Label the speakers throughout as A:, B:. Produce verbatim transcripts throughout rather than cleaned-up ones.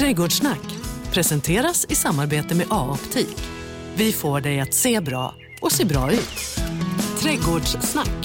A: Trädgårdssnack presenteras i samarbete med A-optik. Vi får dig att se bra och se bra ut. Trädgårdssnack.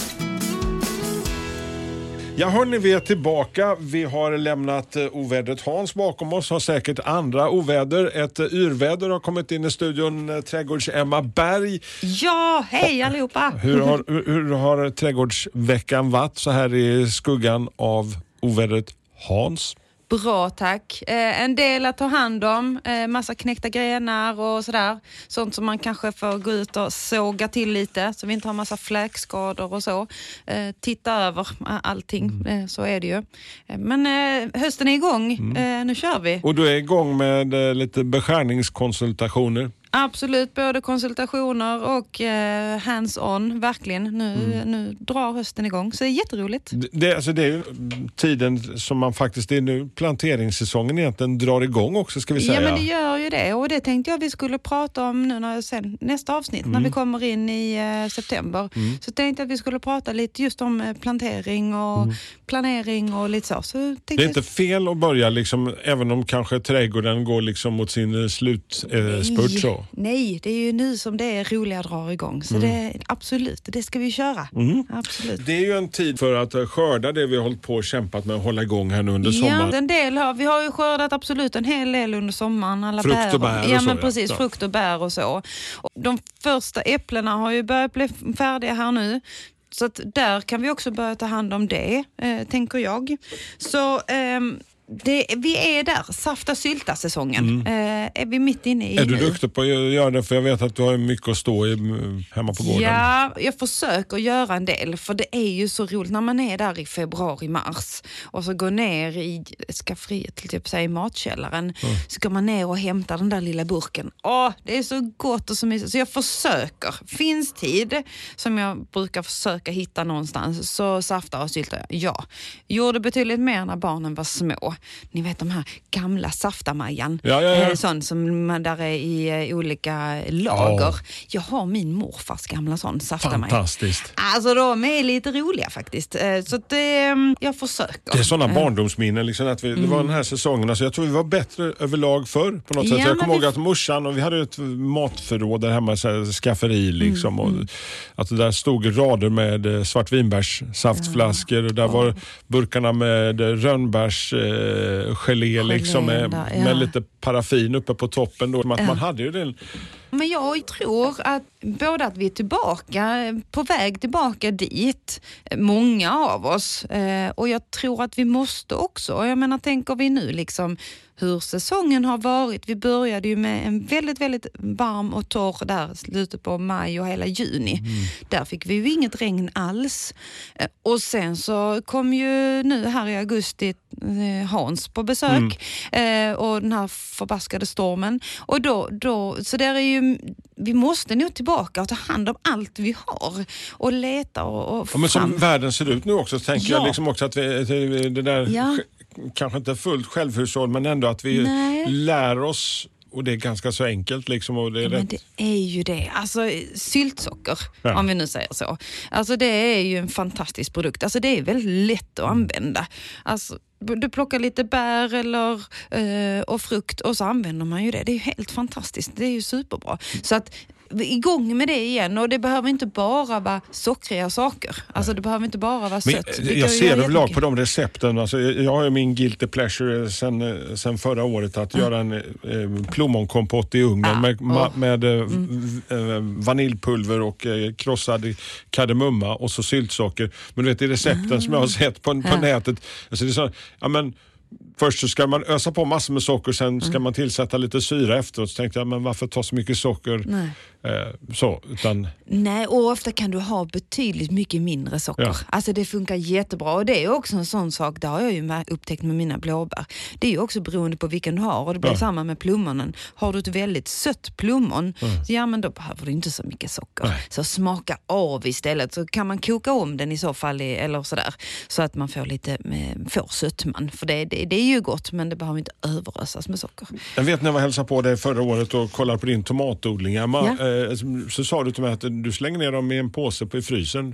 B: Ja, hörni, vi är tillbaka. Vi har lämnat ovädret Hans bakom oss. Har säkert andra oväder. Ett yrväder har kommit in i studion. Trädgårds-Emma Berg.
C: Ja, hej allihopa.
B: Hur har, hur har trädgårdsveckan varit så här i skuggan av ovädret Hans?
C: Bra, tack. Eh, en del att ta hand om, eh, massa knäckta grenar och sådär. Sånt som man kanske får gå ut och såga till lite så vi inte har massa fläkskador och så. Eh, titta över allting, mm. eh, så är det ju. Eh, men eh, hösten är igång, mm. eh, nu kör vi.
B: Och du är igång med eh, lite beskärningskonsultationer.
C: Absolut, både konsultationer och eh, hands-on, verkligen. Nu, mm. nu drar hösten igång, så det är jätteroligt. Det,
B: alltså det är ju tiden som man faktiskt är nu, planteringssäsongen egentligen drar igång också, ska vi säga.
C: Ja, men det gör ju det, och det tänkte jag vi skulle prata om nu när, sen, nästa avsnitt, mm. när vi kommer in i eh, september. Mm. Så tänkte jag att vi skulle prata lite just om eh, plantering och mm. planering och lite så. så
B: det är
C: jag...
B: inte fel att börja, liksom, även om kanske trädgården går liksom mot sin slutspurt eh, så.
C: Nej, det är ju nu som det är roliga drar igång. Så mm. det, absolut, det ska vi köra.
B: Mm.
C: Absolut.
B: Det är ju en tid för att skörda det vi har hållit på och kämpat med att hålla igång här nu under sommaren.
C: Ja, en del har, vi har ju skördat absolut en hel del under sommaren. Alla
B: frukt
C: bär
B: och bär och
C: ja,
B: så,
C: men precis,
B: ja.
C: frukt och bär och så. Och de första äpplena har ju börjat bli färdiga här nu. Så att där kan vi också börja ta hand om det, eh, tänker jag. Så... Ehm, Det, vi är där, safta sylta säsongen. Mm. Eh, är vi mitt inne i
B: Är du
C: nu.
B: duktig på att göra det? För jag vet att du har mycket att stå i hemma på gården.
C: Ja, jag försöker göra en del. För det är ju så roligt när man är där i februari, mars. Och så går ner i skafferiet, till typ säga i matkällaren. Mm. Så går man ner och hämtar den där lilla burken. Åh, det är så gott och så mysigt. Så jag försöker. Finns tid som jag brukar försöka hitta någonstans. Så saftar och syltar jag. Ja. Gjorde betydligt mer när barnen var små. Ni vet de här gamla saftamajan.
B: Ja, ja, ja.
C: Sån som man där är i olika lager. Ja. Jag har min morfars gamla sån saftamaja.
B: Fantastiskt.
C: Alltså de är lite roliga faktiskt. Så att det, jag försöker.
B: Det är sådana barndomsminnen liksom, att vi, mm. det var den här säsongen. Alltså jag tror vi var bättre överlag förr på något
C: ja,
B: sätt. Jag kommer
C: vi...
B: ihåg att morsan, och vi hade ett matförråd där hemma, så här, skafferi liksom. Mm. Och att det där stod rader med svartvinbärssaftflaskor. Och där ja. var burkarna med rönnbärs eh, gelé liksom med, ja. med lite paraffin uppe på toppen då, att ja. man hade ju den.
C: Men jag tror att både att vi är tillbaka, på väg tillbaka dit, många av oss, och jag tror att vi måste också, jag menar tänker vi nu liksom hur säsongen har varit. Vi började ju med en väldigt, väldigt varm och torr där slutet på maj och hela juni. Mm. Där fick vi ju inget regn alls. Och sen så kom ju nu här i augusti Hans på besök mm. och den här förbaskade stormen. Och då, då så där är ju, vi måste nog tillbaka och ta hand om allt vi har och leta och, och
B: ja, men som världen ser ut nu också, så tänker ja. jag liksom också att vi, det där
C: ja.
B: kanske inte fullt självhushåll, men ändå att vi Nej. lär oss, och det är ganska så enkelt liksom. Och det är
C: ja,
B: rätt...
C: men det är ju det. Alltså syltsocker, ja. om vi nu säger så. Alltså det är ju en fantastisk produkt. Alltså det är väldigt lätt att använda. Alltså du plockar lite bär eller, eh, och frukt och så använder man ju det. Det är ju helt fantastiskt. Det är ju superbra. Så att igång med det igen, och det behöver inte bara vara sockriga saker. Alltså det behöver inte bara vara sött.
B: Men, jag ser överlag på de recepten. Alltså, jag har ju min guilty pleasure sen, sen förra året att mm. göra en eh, plommonkompott i ugnen ah, med, oh. med eh, mm. eh, vaniljpulver och eh, krossad kardemumma och så syltsocker. Men du vet, i recepten mm. som jag har sett på, på ja. nätet, alltså det är så, ja men först så ska man ösa på massor med socker, sen ska mm. man tillsätta lite syra efteråt. Så tänkte jag, men varför ta så mycket socker? Nej. Eh, så, utan...
C: Nej, och ofta kan du ha betydligt mycket mindre socker. Ja. Alltså det funkar jättebra, och det är också en sån sak, det har jag ju upptäckt med mina blåbär. Det är ju också beroende på vilken du har, och det blir ja. samma med plommonen. Har du ett väldigt sött plommon, mm. så ja men då behöver du inte så mycket socker. Nej. Så smaka av istället, så kan man koka om den i så fall, i, eller sådär, så att man får lite, får sötman. För det, det, det är ju gott, men det behöver inte överösas med socker.
B: Jag vet när jag var hälsade på dig förra året och kollade på din tomatodling, Emma, ja. eh, så sa du till mig att du slänger ner dem i en påse på i frysen.
C: Ja.
B: Så.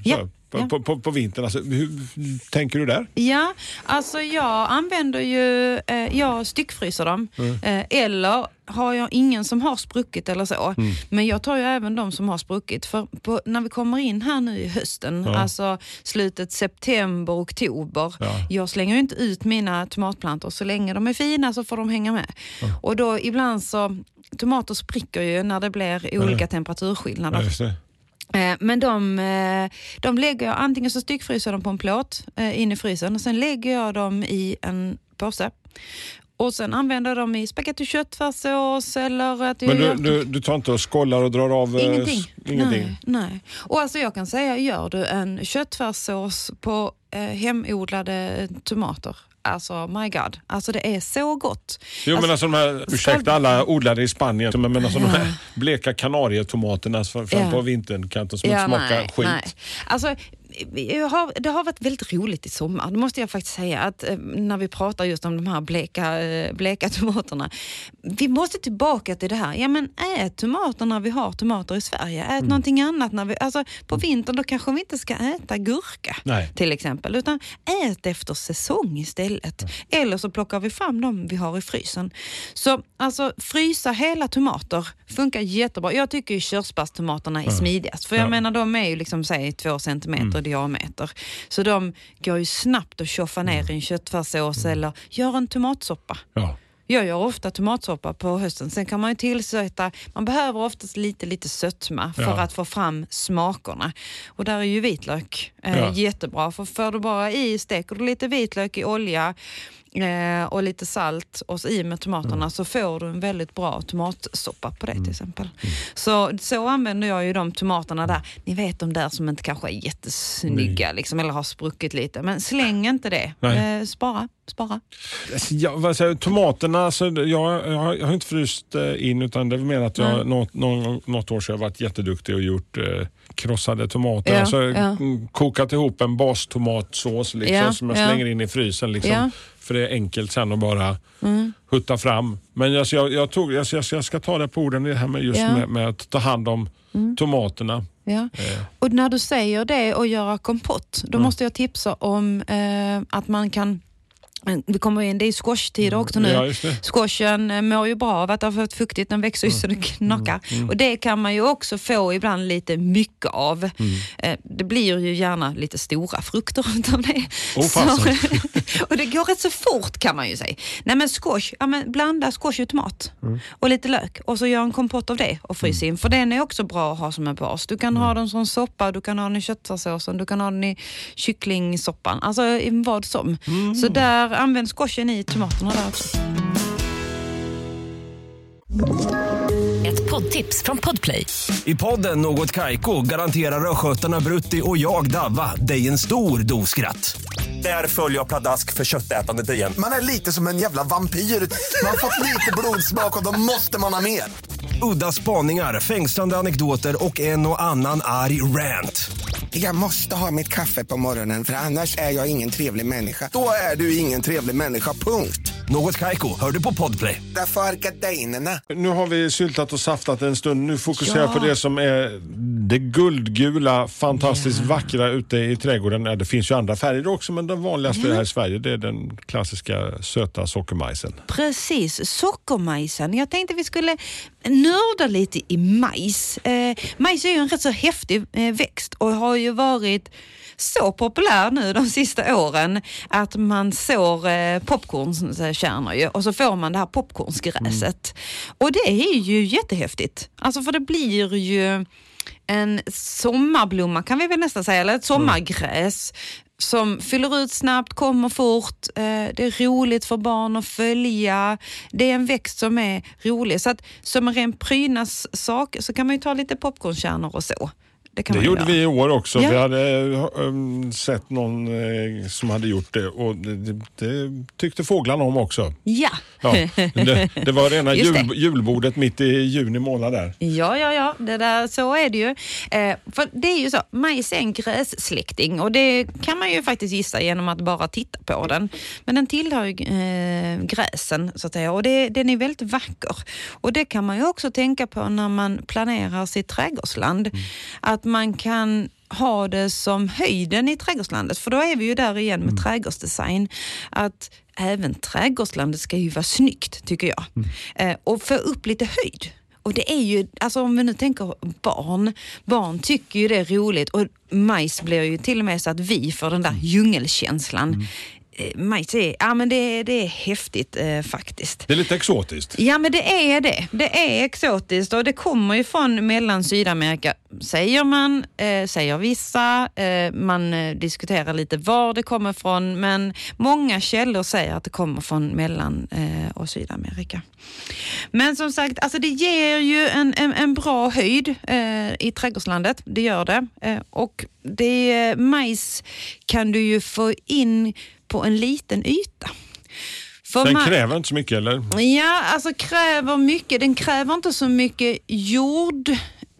B: på,
C: ja.
B: på, på, på vintern. Alltså, hur tänker du där?
C: Ja, alltså jag använder ju, eh, jag styckfryser dem. Mm. Eh, eller har jag ingen som har spruckit eller så. Mm. Men jag tar ju även de som har spruckit. För på, när vi kommer in här nu i hösten, ja. alltså slutet september, oktober. Ja. Jag slänger ju inte ut mina tomatplantor. Så länge de är fina så får de hänga med. Ja. Och då ibland så, tomater spricker ju när det blir olika ja. temperaturskillnader. Ja, just det. Men de, de lägger jag, antingen så styckfryser de på en plåt in i frysen och sen lägger jag dem i en påse. Och sen använder de i spaghetti och köttfärssås eller att
B: Men du, du, du tar inte och skollar och drar av
C: ingenting.
B: S- ingenting.
C: Nej, nej. Och alltså jag kan säga, gör du en köttfärssås på eh, hemodlade tomater. Alltså, my god. Alltså det är så gott.
B: Jo,
C: alltså,
B: men alltså de här, ursäkta alla odlade i Spanien, men alltså ja. de här bleka kanarietomaterna fram ja. på vintern kan inte
C: ja,
B: smaka
C: nej,
B: skit.
C: Nej. Alltså, jag har, det har varit väldigt roligt i sommar. Det måste jag faktiskt säga att eh, när vi pratar just om de här bleka, eh, bleka tomaterna. Vi måste tillbaka till det här. Ja, men ät tomater när vi har tomater i Sverige. Ät mm. någonting annat när vi, alltså på vintern då kanske vi inte ska äta gurka Nej. till exempel. Utan ät efter säsong istället. Mm. Eller så plockar vi fram dem vi har i frysen. Så alltså frysa hela tomater funkar jättebra. Jag tycker ju körsbärstomaterna är mm. smidigast. För jag ja. menar de är ju liksom säg två centimeter mm. diameter. Så de går ju snabbt att tjoffa ner mm. i en köttfärssås mm. eller gör en tomatsoppa. Ja. Jag gör ofta tomatsoppa på hösten. Sen kan man ju tillsätta, man behöver oftast lite lite sötma för ja. att få fram smakerna. Och där är ju vitlök eh, ja. jättebra. För för du bara i, steker du lite vitlök i olja eh, och lite salt och så i med tomaterna mm. så får du en väldigt bra tomatsoppa på det till exempel. Mm. Så, så använder jag ju de tomaterna där. Ni vet de där som inte kanske är jättesnygga liksom, eller har spruckit lite. Men släng inte det. Eh, spara. Spara.
B: Ja, vad säger, tomaterna, alltså, jag, jag, jag har inte fryst in utan det är mer att jag mm. något, något, något år sedan har varit jätteduktig och gjort eh, krossade tomater. Ja, alltså ja. kokat ihop en bastomatsås liksom, ja, som jag ja. slänger in i frysen liksom. Ja. För det är enkelt sen att bara mm. hutta fram. Men alltså, jag, jag, tog, jag, jag ska ta det på orden det här med just ja. med, med att ta hand om mm. tomaterna.
C: Ja. Eh. Och när du säger det och göra kompott, då mm. måste jag tipsa om eh, att man kan vi kommer in, det är squash-tider också nu. Ja, Squashen mår ju bra av att det har fått fuktigt, den växer ju mm. så det knakar. Mm. Mm. Och det kan man ju också få ibland lite mycket av. Mm. Eh, det blir ju gärna lite stora frukter av det.
B: Oh, så,
C: och det går rätt så fort kan man ju säga. Nej men squash, ja, men blanda squash och tomat mm. och lite lök och så gör en kompott av det och frys in. Mm. För den är också bra att ha som en bas. Du kan mm. ha den som soppa, du kan ha den i köttfärssåsen, du kan ha den i kycklingsoppan. Alltså i vad som. Mm. Så där använd squashen i tomaterna där också.
D: Ett poddtips från Podplay.
E: I podden Något Kaiko garanterar röskötarna Brutti och jag Davva dig en stor doskratt. Där följer jag pladask för köttätandet igen.
F: Man är lite som en jävla vampyr. Man har fått lite blodsmak och då måste man ha mer.
E: Udda spaningar, fängslande anekdoter och en och annan arg rant.
F: Jag måste ha mitt kaffe på morgonen för annars är jag ingen trevlig människa. Då är du ingen trevlig människa, punkt.
E: Något Kaiko, hör du på Podplay.
F: Därför är gardinerna.
B: Nu har vi syltat och saftat en stund. Nu fokuserar jag ja. på det som är det guldgula, fantastiskt yeah. vackra ute i trädgården. Det finns ju andra färger också, men den vanligaste mm. här i Sverige, det är den klassiska söta sockermajsen.
C: Precis, sockermajsen. Jag tänkte vi skulle nörda lite i majs. Eh, majs är ju en rätt så häftig eh, växt och har ju varit så populär nu de sista åren att man sår eh, popcornkärnor ju, och så får man det här popcornsgräset. Mm. Och det är ju jättehäftigt. Alltså för det blir ju en sommarblomma kan vi väl nästan säga, eller ett sommargräs mm. som fyller ut snabbt, kommer fort. Eh, det är roligt för barn att följa. Det är en växt som är rolig. Så att som en ren prydnadssak så kan man ju ta lite popcornkärnor och så. Det, kan
B: det
C: man
B: gjorde
C: göra.
B: vi i år också.
C: Ja.
B: Vi hade um, sett någon uh, som hade gjort det och det, det, det tyckte fåglarna om också.
C: Ja.
B: ja det, det var rena jul, julbordet mitt i juni månad där.
C: Ja, ja, ja. Det där, så är det ju. Eh, för det är ju så, majs är en grässläkting och det kan man ju faktiskt gissa genom att bara titta på den. Men den tillhör ju eh, gräsen så att säga och det, den är väldigt vacker. Och det kan man ju också tänka på när man planerar sitt trädgårdsland. Mm. Att man kan ha det som höjden i trädgårdslandet. För då är vi ju där igen med mm. trädgårdsdesign. Att även trädgårdslandet ska ju vara snyggt, tycker jag. Mm. Eh, och få upp lite höjd. Och det är ju, alltså om vi nu tänker barn, barn tycker ju det är roligt. Och majs blir ju till och med så att vi får den där djungelkänslan. Mm. Majs är, ja, men det, det är häftigt eh, faktiskt.
B: Det är lite exotiskt.
C: Ja, men det är det. Det är exotiskt och det kommer ju från mellan Sydamerika, säger man, eh, säger vissa. Eh, man eh, diskuterar lite var det kommer från, men många källor säger att det kommer från mellan eh, och Sydamerika. Men som sagt, alltså det ger ju en, en, en bra höjd eh, i trädgårdslandet, det gör det. Eh, och det, majs kan du ju få in på en liten yta. För
B: den
C: man,
B: kräver inte så mycket, eller?
C: Ja, alltså kräver mycket. Den kräver inte så mycket jordyta,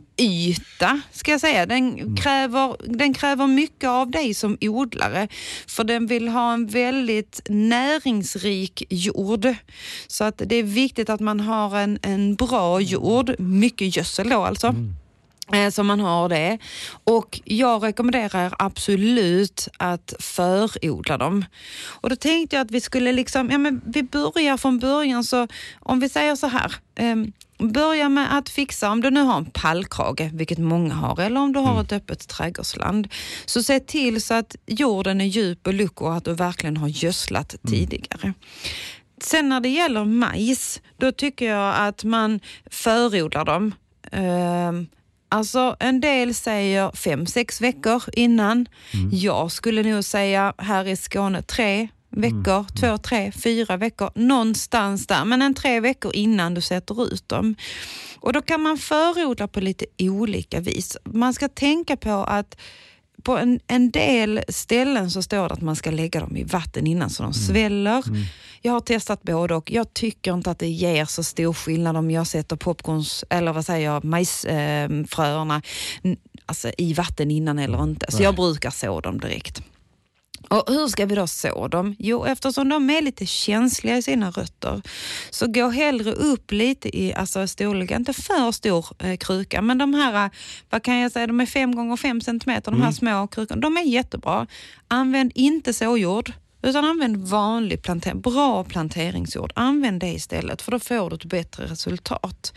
C: ska jag säga. Den, mm. kräver, den kräver mycket av dig som odlare. För den vill ha en väldigt näringsrik jord. Så att det är viktigt att man har en, en bra jord. Mycket gödsel då alltså. Mm. Så man har det. Och jag rekommenderar absolut att förodla dem. Och då tänkte jag att vi skulle liksom, ja men vi börjar från början, så om vi säger så här, eh, börja med att fixa, om du nu har en pallkrage, vilket många har, eller om du har ett öppet trädgårdsland, så se till så att jorden är djup och luck och att du verkligen har gödslat mm. tidigare. Sen när det gäller majs, då tycker jag att man förodlar dem. Eh, Alltså en del säger fem, sex veckor innan. Mm. Jag skulle nog säga här i Skåne tre veckor, mm. två, tre, fyra veckor. Någonstans där. Men en tre veckor innan du sätter ut dem. Och då kan man förodla på lite olika vis. Man ska tänka på att på en, en del ställen så står det att man ska lägga dem i vatten innan så de mm. sväller. Mm. Jag har testat både och jag tycker inte att det ger så stor skillnad om jag sätter popcorns, eller vad säger jag, majsfröerna eh, alltså i vatten innan eller inte. Så Nej. jag brukar så dem direkt. Och hur ska vi då så dem? Jo, eftersom de är lite känsliga i sina rötter, så gå hellre upp lite i alltså storlek, inte för stor eh, kruka, men de här, vad kan jag säga, de är fem gånger fem centimeter, de här mm. små krukorna, de är jättebra. Använd inte såjord, utan använd vanlig plantering, bra planteringsjord. Använd det istället, för då får du ett bättre resultat.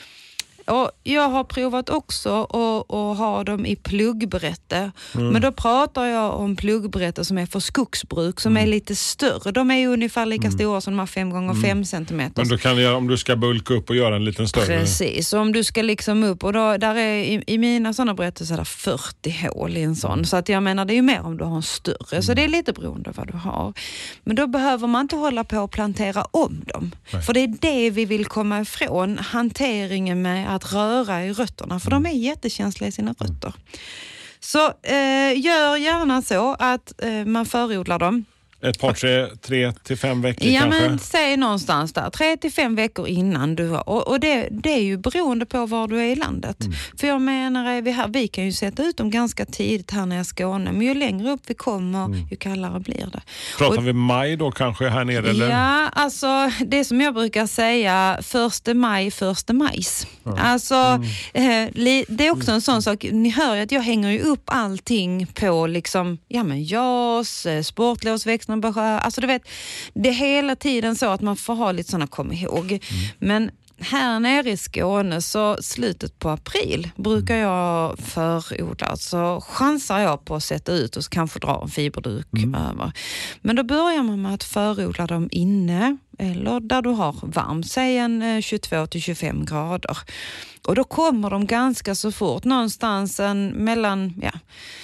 C: Och jag har provat också att, att ha dem i pluggbrätte. Mm. Men då pratar jag om pluggbrätte som är för skogsbruk, som mm. är lite större. De är ju ungefär lika mm. stora som de här fem gånger fem mm. centimeter.
B: Men då kan jag, om du ska bulka upp och göra en liten större.
C: Precis, så om du ska liksom upp, och då, där är i, i mina sådana brätter så är det fyrtio hål i en sån. Mm. Så att jag menar, det är ju mer om du har en större. Mm. Så det är lite beroende av vad du har. Men då behöver man inte hålla på och plantera om dem. Nej. För det är det vi vill komma ifrån. Hanteringen med att röra i rötterna, för de är jättekänsliga i sina rötter. Så eh, gör gärna så att eh, man förodlar dem.
B: Ett par, tre, tre till fem veckor
C: ja,
B: kanske? Ja,
C: men säg någonstans där. Tre till fem veckor innan du har. Och, och det, det är ju beroende på var du är i landet. Mm. För jag menar, är vi här, vi kan ju sätta ut dem ganska tidigt här nere i Skåne. Men ju längre upp vi kommer, mm. ju kallare blir det.
B: Pratar
C: och,
B: vi maj då kanske här nere? Eller?
C: Ja, alltså det som jag brukar säga, första maj, första majs. Mm. Alltså, mm. eh, det är också en sån sak. Ni hör ju att jag hänger ju upp allting på liksom, ja men jas, sportlovsväxter. Alltså du vet, det är hela tiden så att man får ha lite sådana kom ihåg. Mm. Men här nere i Skåne, så slutet på april brukar jag förodla. Så chansar jag på att sätta ut och kanske dra en fiberduk mm. över. Men då börjar man med att förodla dem inne eller där du har varmt, säg en tjugotvå till tjugofem grader. Och då kommer de ganska så fort, någonstans en mellan, ja,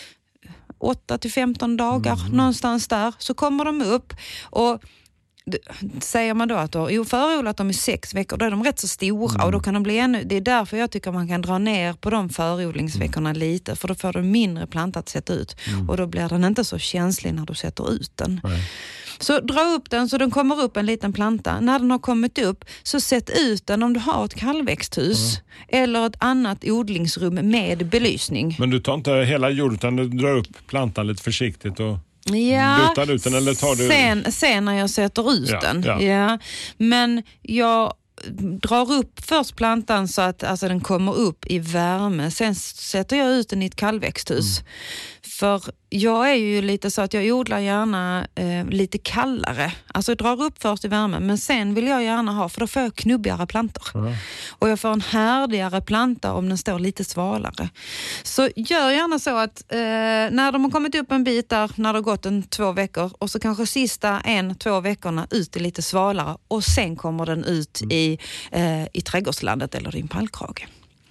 C: åtta till femton dagar, mm. någonstans där, så kommer de upp. Och säger man då att du har förodlat dem i sex veckor, då är de rätt så stora mm. och då kan de bli ännu, det är därför jag tycker man kan dra ner på de förodlingsveckorna mm. lite, för då får du mindre planta att sätta ut mm. och då blir den inte så känslig när du sätter ut den. Nej. Så dra upp den så den kommer upp en liten planta. När den har kommit upp, så sätt ut den om du har ett kallväxthus mm. eller ett annat odlingsrum med belysning.
B: Men du tar inte hela jorden, utan du drar upp plantan lite försiktigt och
C: ja,
B: dutar ut den, eller tar du...
C: sen, sen när jag sätter ut
B: ja,
C: den.
B: Ja.
C: Ja. Men jag drar upp först plantan så att alltså, den kommer upp i värme. Sen sätter jag ut den i ett kallväxthus. Mm. För jag är ju lite så att jag odlar gärna eh, lite kallare. Alltså jag drar upp först i värme, men sen vill jag gärna ha, för då får jag knubbigare plantor. Mm. Och jag får en härdigare planta om den står lite svalare. Så gör gärna så att eh, när de har kommit upp en bit där, när det har gått en två veckor, och så kanske sista en, två veckorna ut är lite svalare, och sen kommer den ut mm. i, eh, i trädgårdslandet eller i en pallkrage.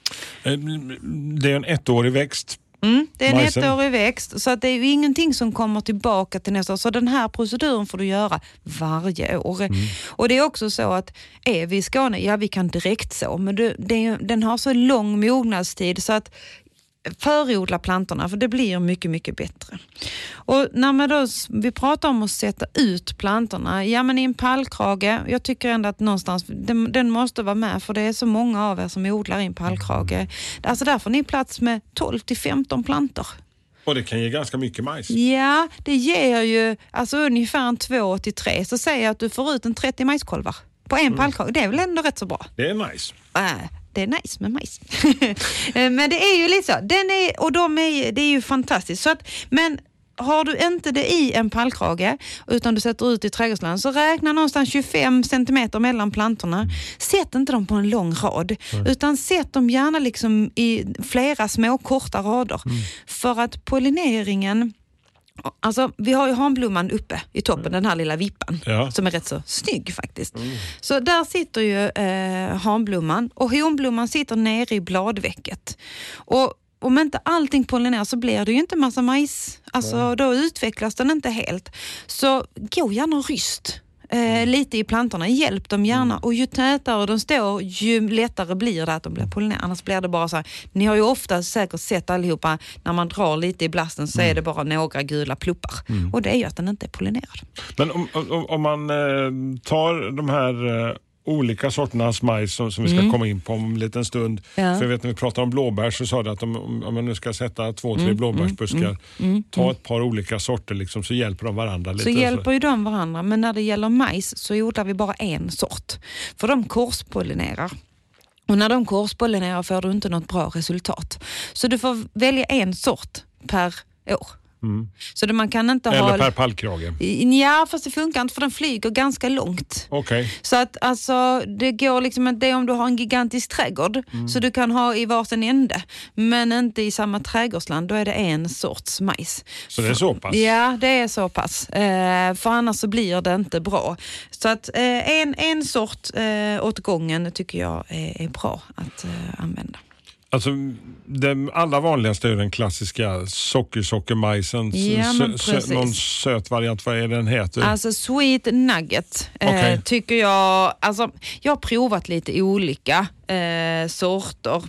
B: Det är en ettårig växt.
C: Mm, det är en
B: majsen.
C: ettårig växt, så att det är ju ingenting som kommer tillbaka till nästa år. Så den här proceduren får du göra varje år. Mm. Och det är också så att är vi i Skåne, ja vi kan direkt så, men det, det, den har så lång mognadstid så att förodla plantorna, för det blir mycket, mycket bättre. Och när man då, vi pratar om att sätta ut plantorna, ja men i en pallkrage, jag tycker ändå att någonstans, den, den måste vara med, för det är så många av er som odlar i en pallkrage. Alltså där får ni plats med tolv till femton plantor.
B: Och det kan ge ganska mycket majs.
C: Ja, det ger ju alltså ungefär en två till tre, så säger jag att du får ut en trettio majskolvar på en mm. pallkrage. Det är väl ändå rätt så bra.
B: Det är nice.
C: Äh. Det är nice med majs. Men det är ju lite så. Den är, och de är, det är ju fantastiskt. Så att, men har du inte det i en pallkrage utan du sätter ut i trädgårdsland, så räkna någonstans tjugofem centimeter mellan plantorna. Sätt inte dem på en lång rad. Mm. Utan sätt dem gärna liksom i flera små korta rader. Mm. För att pollineringen... Alltså, vi har ju hanblomman uppe i toppen, mm. den här lilla vippan, ja. Som är rätt så snygg faktiskt. Mm. Så där sitter ju eh, hanblomman, och honblomman sitter nere i bladvecket. Och om inte allting pollineras så blir det ju inte massa majs. Alltså mm. då utvecklas den inte helt. Så gå gärna ryst. Eh, lite i plantorna, hjälp dem gärna, mm. och ju tätare de står, ju lättare blir det att de blir pollinerade. Annars blir det bara så här, ni har ju ofta säkert sett allihopa, när man drar lite i blasten så mm. är det bara några gula pluppar, mm. och det är ju att den inte är pollinerad.
B: Men om, om, om man eh, tar de här eh, olika sorternas majs som, som vi ska mm. komma in på om en liten stund. Ja. För jag vet när vi pratar om blåbär så sa det att om, om man nu ska sätta två, tre mm. blåbärsbuskar, mm. Mm. ta ett par olika sorter liksom, så hjälper de varandra lite.
C: Så hjälper ju de varandra, men när det gäller majs så odlar vi bara en sort. För de korspollinerar. Och när de korspollinerar får du inte något bra resultat. Så du får välja en sort per år. Mm. Så det man kan inte
B: Eller
C: ha...
B: per pallkrage.
C: Ja, fast det funkar inte, för den flyger ganska långt.
B: Okay.
C: Så att alltså, det går liksom inte om du har en gigantisk trädgård, mm. så du kan ha i varsin ände, men inte i samma trädgårdsland, då är det en sorts majs.
B: Så det är så pass?
C: Ja, det är så pass. Eh, för annars så blir det inte bra. Så att eh, en, en sort eh, åt gången tycker jag är, är bra att eh, använda.
B: Alltså, det allra vanligaste är den klassiska sockersockermajsen.
C: Ja,
B: sö- sö- någon söt variant, vad är den heter?
C: Alltså Sweet Nugget okay. eh, tycker jag, alltså jag har provat lite olika eh, sorter,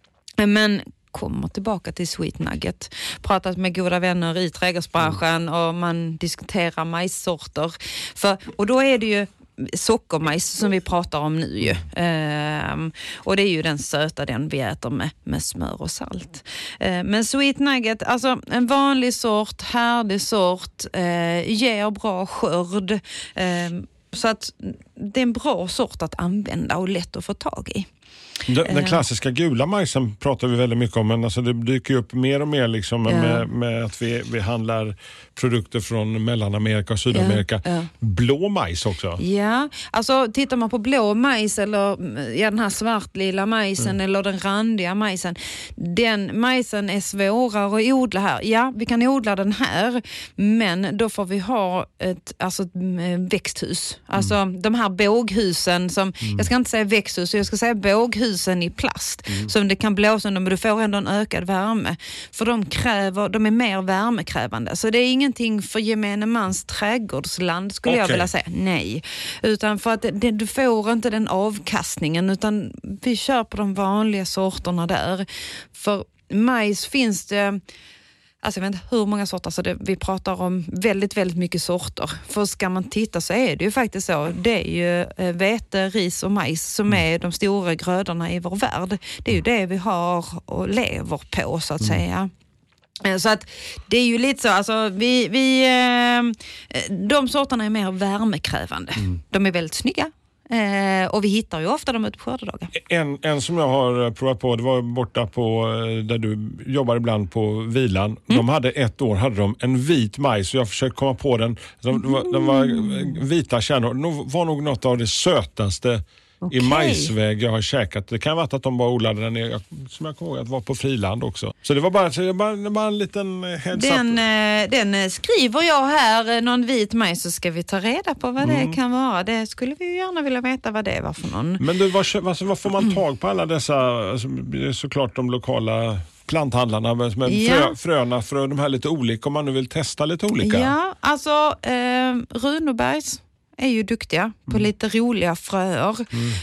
C: men kommer tillbaka till Sweet Nugget. Pratat med goda vänner i trädgårdsbranschen mm. och man diskuterar majssorter. För, och då är det ju sockermajs som vi pratar om nu ju. Ehm, och det är ju den söta, den vi äter med, med smör och salt. Ehm, men Sweet Nugget, alltså en vanlig sort, härlig sort, eh, ger bra skörd. Ehm, så att det är en bra sort att använda och lätt att få tag i.
B: Den, den klassiska gula majsen pratar vi väldigt mycket om, men alltså det dyker upp mer och mer liksom ja. med, med att vi, vi handlar produkter från Mellanamerika och Sydamerika. Ja, ja. Blå majs också.
C: Ja, alltså tittar man på blå majs eller ja, den här svartlila majsen mm. eller den randiga majsen, den majsen är svårare att odla här. Ja, vi kan odla den här, men då får vi ha ett, alltså ett växthus. Alltså mm. de här båghusen som, mm. jag ska inte säga växthus, jag ska säga båghus i plast mm. som det kan blåsa under, men du får ändå en ökad värme, för de kräver, de är mer värmekrävande, så det är ingenting för gemene mans trädgårdsland skulle okay. jag vilja säga, nej, utan för att det, du får inte den avkastningen, utan vi kör på de vanliga sorterna där. För majs finns det, alltså jag vet inte hur många sorter, så det, vi pratar om väldigt, väldigt mycket sorter. För ska man titta så är det ju faktiskt så. Det är ju eh, vete, ris och majs som är de stora grödorna i vår värld. Det är ju det vi har och lever på, så att säga. Så att det är ju lite så, alltså vi, vi eh, de sorterna är mer värmekrävande. Mm. De är väldigt snygga. Eh, och vi hittar ju ofta dem ute på skördedagar.
B: En, en som jag har provat på, det var borta på där du jobbar ibland på Vilan. Mm. De hade ett år hade de en vit majs och jag försökte komma på den. De, de, de var vita kärnor. Det var nog något av det sötaste okay. i majsväg jag har käkat. Det kan vara att de bara odlade den ner, som jag kommer ihåg att var på Friland också. Så det var bara, så bara, bara en liten heads up.
C: Den, den skriver jag här, någon vit majs, så ska vi ta reda på vad mm. det kan vara. Det skulle vi ju gärna vilja veta vad det var för någon.
B: Men du, vad, vad, vad får man tag på alla dessa, alltså, såklart de lokala planthandlarna med frö, ja. fröna för de här lite olika, om man nu vill testa lite olika?
C: Ja, alltså eh, Runobergs är ju duktiga på mm. lite roliga fröer.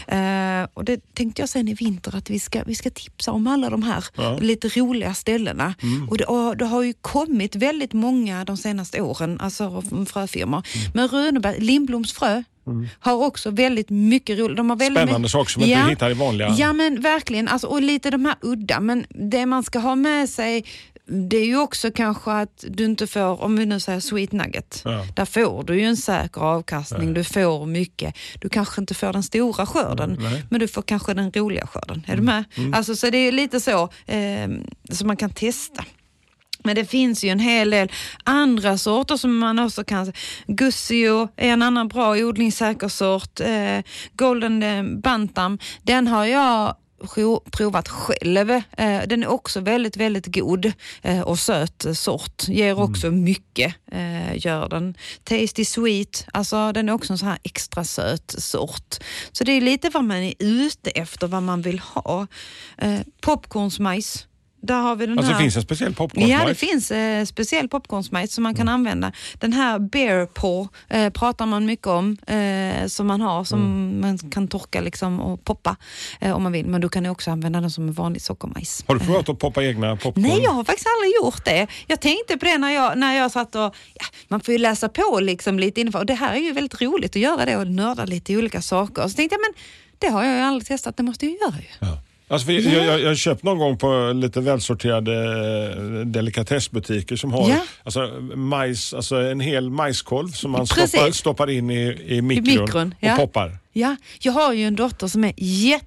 C: Mm. Eh, och det tänkte jag sen i vinter att vi ska, vi ska tipsa om alla de här ja. lite roliga ställena. Mm. Och det, och det har ju kommit väldigt många de senaste åren, alltså fröfirmor. Mm. Men Runeberg, Lindbloms frö Mm. har också väldigt mycket roligt. De har väldigt
B: spännande
C: med...
B: saker som man ja. inte hittar i vanliga.
C: Ja, men verkligen. Alltså, och lite de här udda. Men det man ska ha med sig, det är ju också kanske att du inte får, om vi nu säger sweet nugget, ja. där får du ju en säker avkastning. Nej. Du får mycket. Du kanske inte får den stora skörden, mm, men du får kanske den roliga skörden. Är mm. du med? Mm. Alltså, så det är lite så eh, som man kan testa. Men det finns ju en hel del andra sorter som man också kan... Gussio är en annan bra odlingssäker sort. Eh, Golden Bantam, den har jag provat själv. Eh, den är också väldigt, väldigt god eh, och söt sort. Ger också mm. mycket, eh, gör den. Tasty Sweet, alltså den är också en så här extra söt sort. Så det är lite vad man är ute efter, vad man vill ha. Eh, popcornsmajs. Där har vi den
B: alltså
C: här.
B: Det finns en speciell popcornsmajs?
C: Ja, det finns eh, speciell popcornsmajs som man kan mm. använda. Den här bear paw eh, pratar man mycket om, eh, som man har, som mm. man kan torka liksom och poppa eh, om man vill. Men du kan ju också använda den som en vanlig sockermajs.
B: Har du provat att poppa egna popcorn?
C: Nej, jag har faktiskt aldrig gjort det. Jag tänkte på det när jag, när jag satt och, ja, man får ju läsa på liksom lite inför. Och det här är ju väldigt roligt att göra det och nörda lite i olika saker. Och så tänkte jag, men det har jag ju aldrig testat, det måste jag ju göra ju.
B: Ja. Alltså för jag, jag, jag har köpt någon gång på lite välsorterade delikatessbutiker som har
C: ja.
B: alltså, majs, alltså en hel majskolv som man stoppar, stoppar in i, i mikron,
C: I mikron ja.
B: och poppar.
C: Ja, jag har ju en dotter som är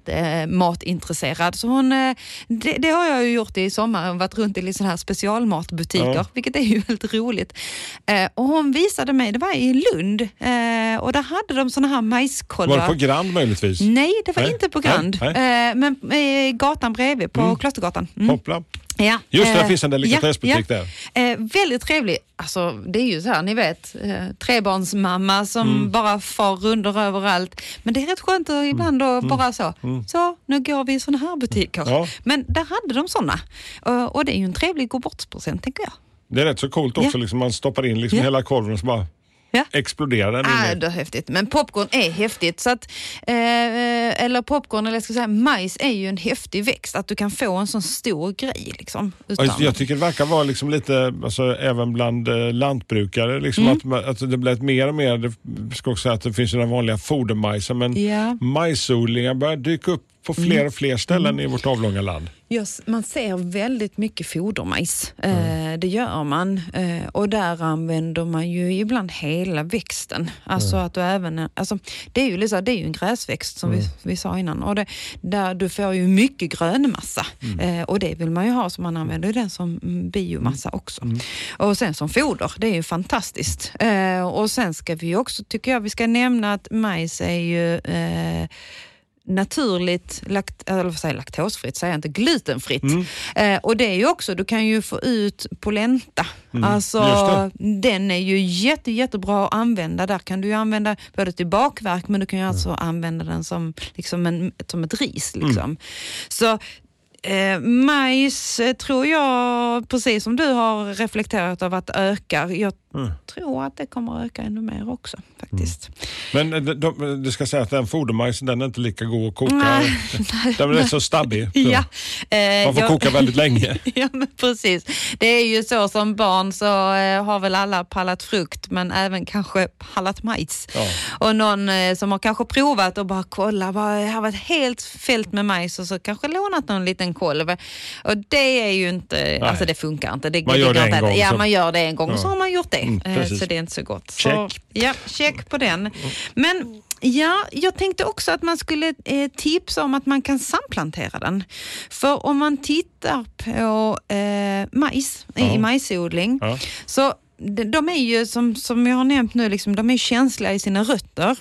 C: jättematintresserad, så hon, det, det har jag ju gjort i sommar, varit runt i sådana här specialmatbutiker, ja. vilket är ju väldigt roligt. Eh, och hon visade mig, det var i Lund, eh, och där hade de sådana här majskolvar.
B: Var det på Grand möjligtvis?
C: Nej, det var nej. inte på Grand,
B: nej, nej.
C: Eh, men i gatan bredvid, på mm. Klostergatan. Mm.
B: Hoppla.
C: Ja.
B: Just det,
C: eh,
B: finns en delikatessbutik
C: ja,
B: där.
C: Ja. Eh, väldigt trevlig. Alltså, det är ju så här, ni vet, eh, trebarnsmamma som mm. bara far runder överallt. Men det är rätt skönt att ibland då mm. bara så. Mm. Så, nu går vi i såna här butiker. Ja. Men där hade de såna. Uh, och det är ju en trevlig gåbortspresent, tänker jag.
B: Det är rätt så coolt också, ja. liksom man stoppar in liksom ja. hela korven och så bara... Ja. Exploderar den
C: ah, det är häftigt. Men popcorn är häftigt. Så att, eh, eller popcorn, eller jag ska säga, majs är ju en häftig växt. Att du kan få en sån stor grej. Liksom, utan...
B: Jag tycker det verkar vara liksom lite, alltså, även bland eh, lantbrukare, liksom, mm. att, att det blir mer och mer, det ska också säga att det finns ju den vanliga fodermajsen, men
C: ja.
B: majsodlingar börjar dyka upp på fler mm. och fler ställen mm. i vårt avlånga land.
C: Just, man ser väldigt mycket fodermajs. Mm. Eh, det gör man. Eh, och där använder man ju ibland hela växten. Alltså mm. att du även... Alltså, det är ju liksom, det är ju en gräsväxt som mm. vi, vi sa innan. Och det, där du får ju mycket grönmassa. Mm. Eh, och det vill man ju ha, så man använder den som biomassa också. Mm. Och sen som foder, det är ju fantastiskt. Eh, och sen ska vi också, tycker jag, vi ska nämna att majs är ju... Eh, naturligt, lakt, eller vad säger laktosfritt, säger jag inte, glutenfritt. Mm. Eh, och det är ju också, du kan ju få ut polenta. Mm. Alltså, den är ju jätte, jättebra att använda. Där kan du ju använda både till bakverk, men du kan ju alltså mm. använda den som, liksom en, som ett ris. Liksom. Mm. Så Eh, majs tror jag, precis som du har reflekterat av att öka. Jag mm. tror att det kommer att öka ännu mer också faktiskt.
B: Mm. Men de, de, du ska säga att den fodermajsen, den är inte lika god att koka.
C: Nej,
B: den är så stabbig. Så.
C: Ja.
B: Eh, Man får jag, koka väldigt länge.
C: Ja, men precis. Det är ju så, som barn så eh, har väl alla pallat frukt, men även kanske pallat majs. Ja. Och någon eh, som har kanske provat och bara kolla, bara, har varit helt fält med majs och så kanske lånat någon liten egen kolv. Och det är ju inte, Nej. alltså det funkar inte. Det,
B: man gör det, det en gång.
C: Ja,
B: så...
C: man gör det en gång och så
B: ja.
C: har man gjort det.
B: Mm,
C: så det är inte så gott.
B: Check.
C: Så, ja, check på den. Men ja, jag tänkte också att man skulle eh, tipsa om att man kan samplantera den. För om man tittar på eh, majs ja. i majsodling ja. så de, de är ju som, som jag har nämnt nu, liksom, de är känsliga i sina rötter.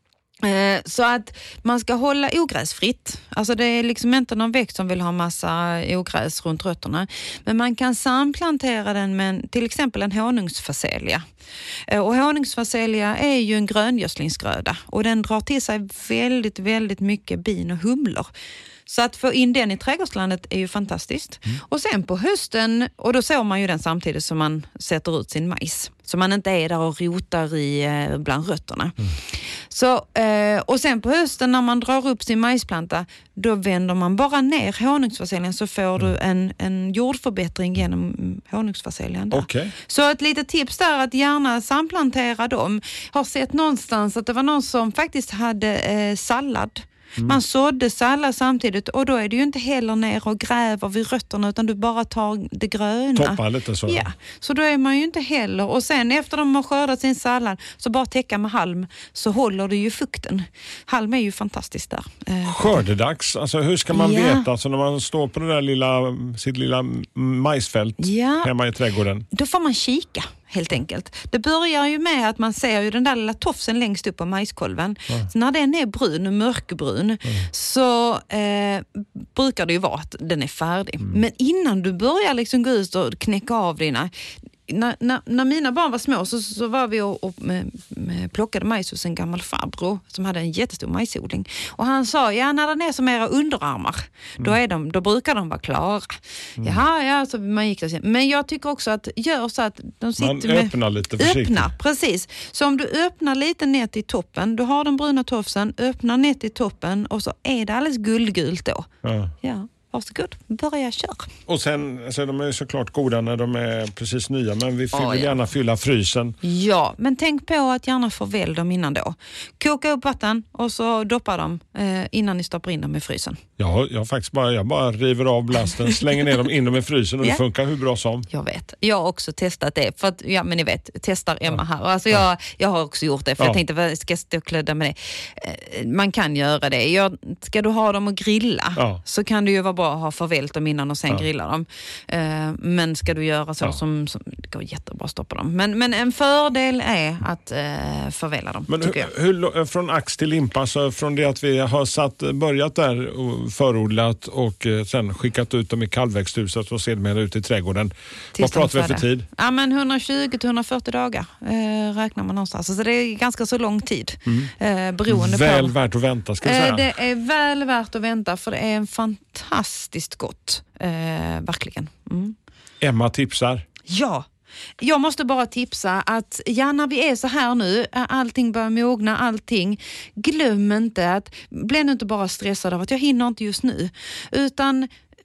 C: Så att man ska hålla ogräsfritt. Alltså det är liksom inte någon växt som vill ha massa ogräs runt rötterna. Men man kan samplantera den med till exempel en honungsfacelia. Och honungsfacelia är ju en gröngödslingsgröda. Och den drar till sig väldigt, väldigt mycket bin och humlor. Så att få in den i trädgårdslandet är ju fantastiskt. Mm. Och sen på hösten, och då sår man ju den samtidigt som man sätter ut sin majs. Så man inte är där och rotar i bland rötterna. Mm. Så, och sen på hösten när man drar upp sin majsplanta, då vänder man bara ner honungsfacelien så får mm. du en, en jordförbättring genom honungsfacelien.
B: Okay.
C: Så ett litet tips där att gärna samplantera dem. Har sett någonstans att det var någon som faktiskt hade eh, sallad. Mm. Man sådde sallad samtidigt och då är det ju inte heller ner och gräver vid rötterna utan du bara tar det gröna.
B: Toppar lite så.
C: Ja, så då är man ju inte heller. Och sen efter de har skördat sin sallad så bara täcka med halm så håller det ju fukten. Halm är ju fantastiskt där.
B: Skördedags, alltså hur ska man ja. veta alltså när man står på det där lilla, sitt lilla majsfält ja. hemma i trädgården?
C: Då får man kika. Helt enkelt. Det börjar ju med att man ser ju den där lilla tofsen längst upp på majskolven. Mm. Så när den är brun och mörkbrun mm. så eh, brukar det ju vara att den är färdig. Mm. Men innan du börjar liksom gå ut och knäcka av dina... När, när, när mina barn var små så, så var vi och, och med, med plockade majs hos en gammal farbror som hade en jättestor majsodling. Och han sa, ja när den är som era underarmar, mm. då, är de, då brukar de vara klara. Mm. Jaha, ja, så man gick där. Men jag tycker också att gör så att de sitter
B: man öppnar
C: med,
B: lite försiktigt.
C: Öppnar, precis. Så om du öppnar lite ner till toppen, du har den bruna tofsen, öppnar ner till toppen och så är det alldeles guldgult då.
B: Ja.
C: Ja. Varsågod, börja köra.
B: Och sen, alltså, de är ju såklart goda när de är precis nya, men vi vill oh, ja. gärna fylla frysen.
C: Ja, men tänk på att gärna förväl dem innan då. Koka upp vatten och så doppar dem eh, innan ni stoppar in dem i frysen.
B: Ja, jag faktiskt bara, jag bara river av blasten, slänger ner dem in dem i frysen och ja. det funkar hur bra som.
C: Jag vet. Jag har också testat det. För att, ja, men ni vet, testar Emma här. Alltså jag, jag har också gjort det, för ja. jag tänkte, vad ska jag stå och klödda med det? Man kan göra det. Jag, ska du ha dem och grilla ja. så kan det ju vara bra att ha förvält dem innan och sen ja. grilla dem. Uh, men ska du göra så ja. som, som, det går jättebra att stoppa dem. Men, men en fördel är att uh, förvälla dem,
B: men
C: tycker
B: hur,
C: jag.
B: Hur, från ax till limpa, så från det att vi har satt, börjat där och förodlat och uh, sen skickat ut dem i kallväxthuset och sedan ut i trädgården. Vad pratar vi för tid?
C: Ja, men hundratjugo till hundrafyrtio dagar uh, räknar man någonstans. Alltså det är ganska så lång tid. Mm. Uh, beroende
B: väl
C: på.
B: värt att vänta, ska jag säga.
C: Uh, det är väl värt att vänta, för det är en fantastiskt gott. Uh, verkligen. Mm.
B: Emma tipsar.
C: Ja. Jag måste bara tipsa att ja, när vi är så här nu, allting börjar mogna, allting, glöm inte att, bli nu inte bara stressad av att jag hinner inte just nu, utan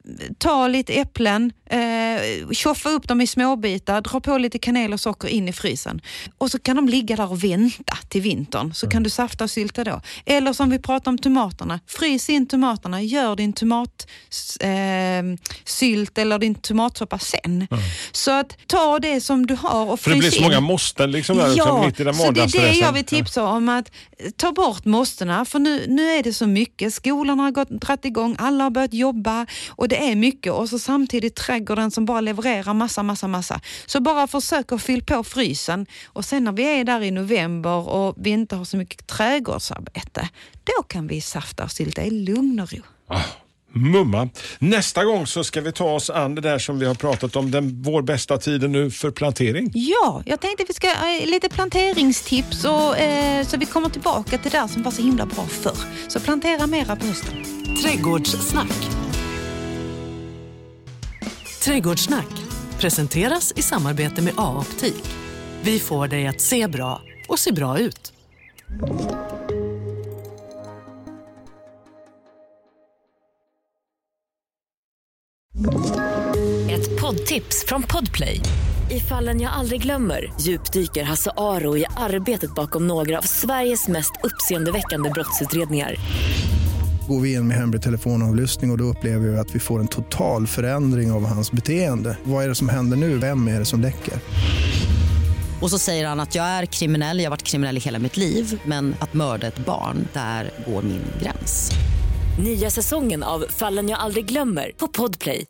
C: ta lite äpplen, eh, tjoffa upp dem i småbitar, dra på lite kanel och socker in i frysen. Och så kan de ligga där och vänta till vintern. Så mm. kan du safta och sylta då. Eller som vi pratar om tomaterna. Frys in tomaterna, gör din tomat eh, sylt eller din tomatsoppa sen. Mm. Så att ta det som du har och frys in.
B: För det blir så många måsten liksom där,
C: ja,
B: mitt i den
C: så det är det jag vill
B: ja.
C: tipsa om, att ta bort måsterna. För nu, nu är det så mycket. Skolan har gått, dratt igång, alla har börjat jobba och det är mycket, och så samtidigt trädgården som bara levererar massa, massa, massa. Så bara försök att fylla på frysen, och sen när vi är där i november och vi inte har så mycket trädgårdsarbete, då kan vi safta och sylta i lugn och ro.
B: Ah, mumma. Nästa gång så ska vi ta oss an det där som vi har pratat om, den, vår bästa tiden nu för plantering.
C: Ja, jag tänkte att vi ska äh, lite planteringstips och, äh, så vi kommer tillbaka till det där som var så himla bra förr. Så plantera mera på hösten.
A: Trädgårdssnack. Trädgårdssnack presenteras i samarbete med A-optik. Vi får dig att se bra och se bra ut.
D: Ett poddtips från Podplay. I Fallen jag aldrig glömmer djupdyker Hasse Aro i arbetet bakom några av Sveriges mest uppseendeväckande brottsutredningar.
G: Går vi in med hemlig telefonavlyssning och, och då upplever vi att vi får en total förändring av hans beteende. Vad är det som händer nu? Vem är det som läcker?
H: Och så säger han att jag är kriminell, jag har varit kriminell i hela mitt liv. Men att mörda ett barn, där går min gräns.
D: Nya säsongen av Fallen jag aldrig glömmer på Podplay.